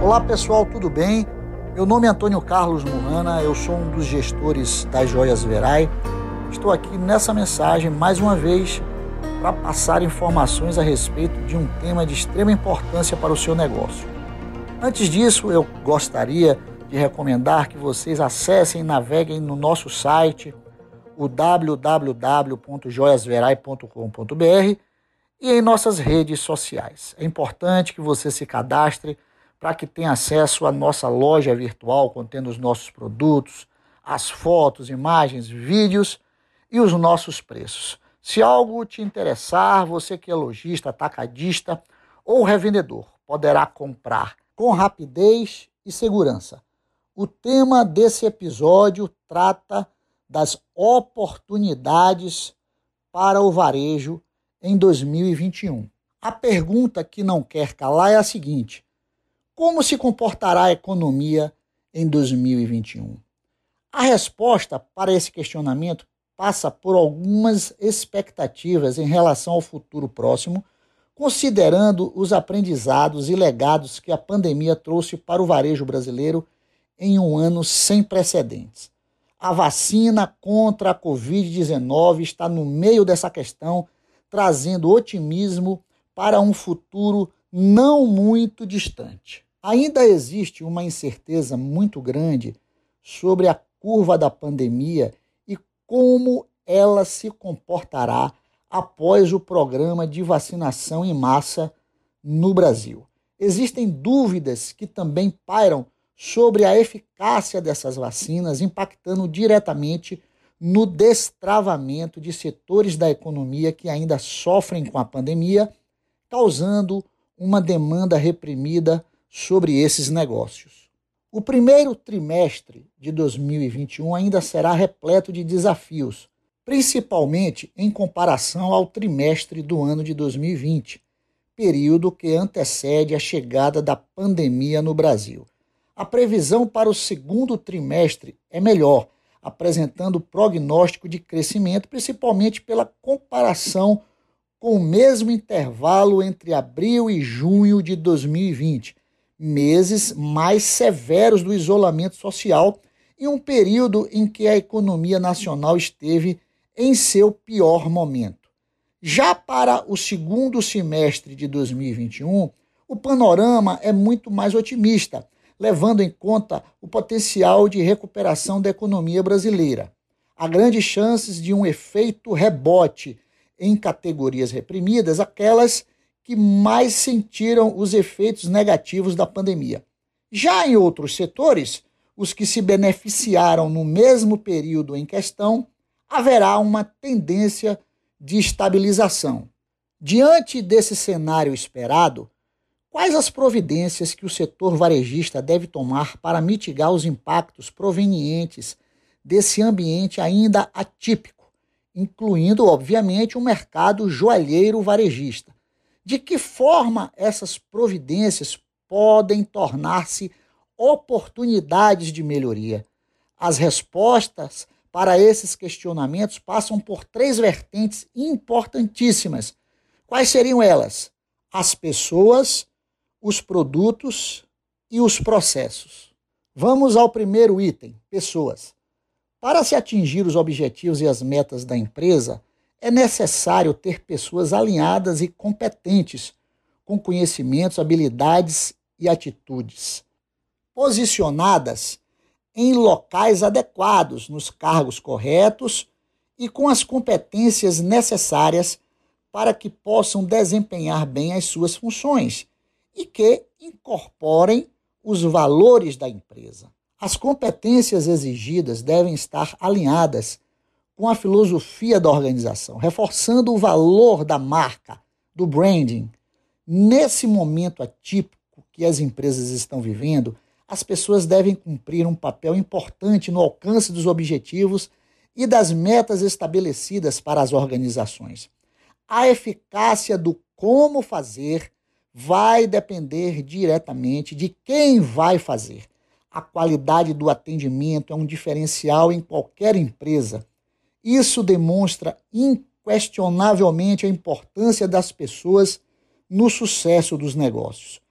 Olá pessoal, tudo bem? Meu nome é Antônio Carlos Murrana, eu sou um dos gestores das Joias Verai. Estou aqui nessa mensagem mais uma vez para passar informações a respeito de um tema de extrema importância para o seu negócio. Antes disso, eu gostaria de recomendar que vocês acessem e naveguem no nosso site, o www.joiasverai.com.br e em nossas redes sociais. É importante que você se cadastre para que tenha acesso à nossa loja virtual contendo os nossos produtos, as fotos, imagens, vídeos e os nossos preços. Se algo te interessar, você que é lojista, atacadista ou revendedor, poderá comprar com rapidez e segurança. O tema desse episódio trata das oportunidades para o varejo em 2021. A pergunta que não quer calar é a seguinte: como se comportará a economia em 2021? A resposta para esse questionamento passa por algumas expectativas em relação ao futuro próximo, considerando os aprendizados e legados que a pandemia trouxe para o varejo brasileiro em um ano sem precedentes. A vacina contra a Covid-19 está no meio dessa questão, trazendo otimismo para um futuro não muito distante. Ainda existe uma incerteza muito grande sobre a curva da pandemia e como ela se comportará após o programa de vacinação em massa no Brasil. Existem dúvidas que também pairam sobre a eficácia dessas vacinas, impactando diretamente no destravamento de setores da economia que ainda sofrem com a pandemia, causando uma demanda reprimida sobre esses negócios. O primeiro trimestre de 2021 ainda será repleto de desafios, principalmente em comparação ao trimestre do ano de 2020, período que antecede a chegada da pandemia no Brasil. A previsão para o segundo trimestre é melhor, apresentando prognóstico de crescimento, principalmente pela comparação com o mesmo intervalo entre abril e junho de 2020, meses mais severos do isolamento social e um período em que a economia nacional esteve em seu pior momento. Já para o segundo semestre de 2021, o panorama é muito mais otimista, levando em conta o potencial de recuperação da economia brasileira. Há grandes chances de um efeito rebote em categorias reprimidas, aquelas que mais sentiram os efeitos negativos da pandemia. Já em outros setores, os que se beneficiaram no mesmo período em questão, haverá uma tendência de estabilização. Diante desse cenário esperado, quais as providências que o setor varejista deve tomar para mitigar os impactos provenientes desse ambiente ainda atípico, incluindo, obviamente, o mercado joalheiro varejista? De que forma essas providências podem tornar-se oportunidades de melhoria? As respostas para esses questionamentos passam por três vertentes importantíssimas. Quais seriam elas? As pessoas, os produtos e os processos. Vamos ao primeiro item, pessoas. Para se atingir os objetivos e as metas da empresa, é necessário ter pessoas alinhadas e competentes, com conhecimentos, habilidades e atitudes, posicionadas em locais adequados, nos cargos corretos e com as competências necessárias para que possam desempenhar bem as suas funções e que incorporem os valores da empresa. As competências exigidas devem estar alinhadas com a filosofia da organização, reforçando o valor da marca, do branding. Nesse momento atípico que as empresas estão vivendo, as pessoas devem cumprir um papel importante no alcance dos objetivos e das metas estabelecidas para as organizações. A eficácia do como fazer vai depender diretamente de quem vai fazer. A qualidade do atendimento é um diferencial em qualquer empresa. Isso demonstra inquestionavelmente a importância das pessoas no sucesso dos negócios.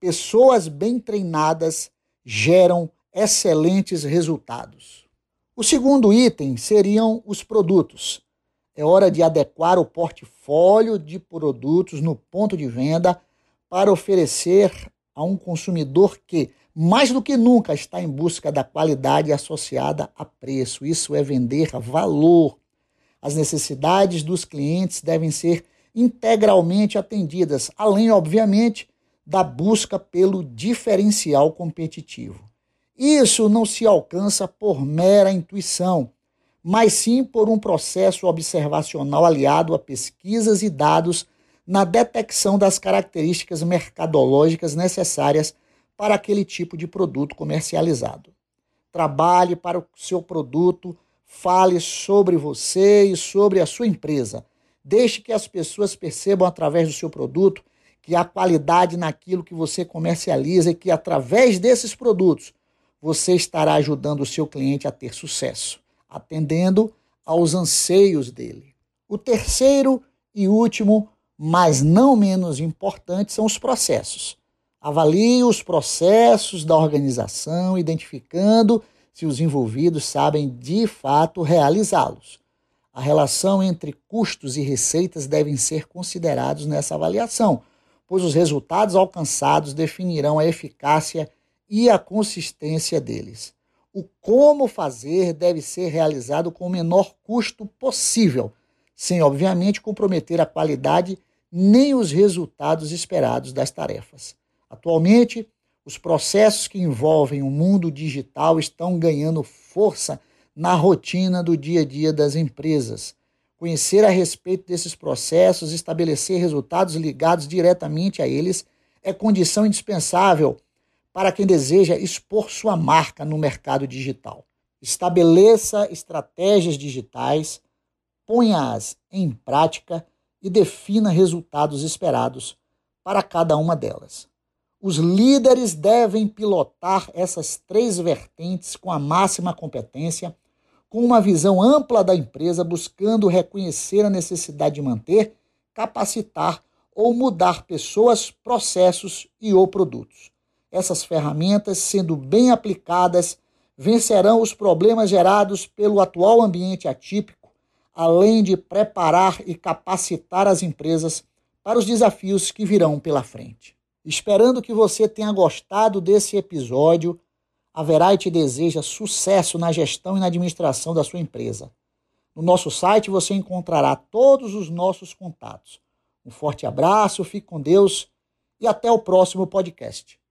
Pessoas bem treinadas geram excelentes resultados. O segundo item seriam os produtos. É hora de adequar o portfólio de produtos no ponto de venda para oferecer a um consumidor que, mais do que nunca, está em busca da qualidade associada a preço. Isso é vender valor. As necessidades dos clientes devem ser integralmente atendidas, além, obviamente, da busca pelo diferencial competitivo. Isso não se alcança por mera intuição, mas sim por um processo observacional aliado a pesquisas e dados na detecção das características mercadológicas necessárias para aquele tipo de produto comercializado. Trabalhe para o seu produto, fale sobre você e sobre a sua empresa. Deixe que as pessoas percebam através do seu produto que há qualidade naquilo que você comercializa e que através desses produtos você estará ajudando o seu cliente a ter sucesso, atendendo aos anseios dele. O terceiro e último, mas não menos importante, são os processos. Avalie os processos da organização, identificando se os envolvidos sabem de fato realizá-los. A relação entre custos e receitas devem ser considerados nessa avaliação, pois os resultados alcançados definirão a eficácia e a consistência deles. O como fazer deve ser realizado com o menor custo possível, sem, obviamente, comprometer a qualidade nem os resultados esperados das tarefas. Atualmente, os processos que envolvem o mundo digital estão ganhando força na rotina do dia a dia das empresas. Conhecer a respeito desses processos, estabelecer resultados ligados diretamente a eles é condição indispensável para quem deseja expor sua marca no mercado digital. Estabeleça estratégias digitais, ponha-as em prática e defina resultados esperados para cada uma delas. Os líderes devem pilotar essas três vertentes com a máxima competência, com uma visão ampla da empresa, buscando reconhecer a necessidade de manter, capacitar ou mudar pessoas, processos e ou produtos. Essas ferramentas, sendo bem aplicadas, vencerão os problemas gerados pelo atual ambiente atípico, além de preparar e capacitar as empresas para os desafios que virão pela frente. Esperando que você tenha gostado desse episódio, a Verity deseja sucesso na gestão e na administração da sua empresa. No nosso site você encontrará todos os nossos contatos. Um forte abraço, fique com Deus e até o próximo podcast.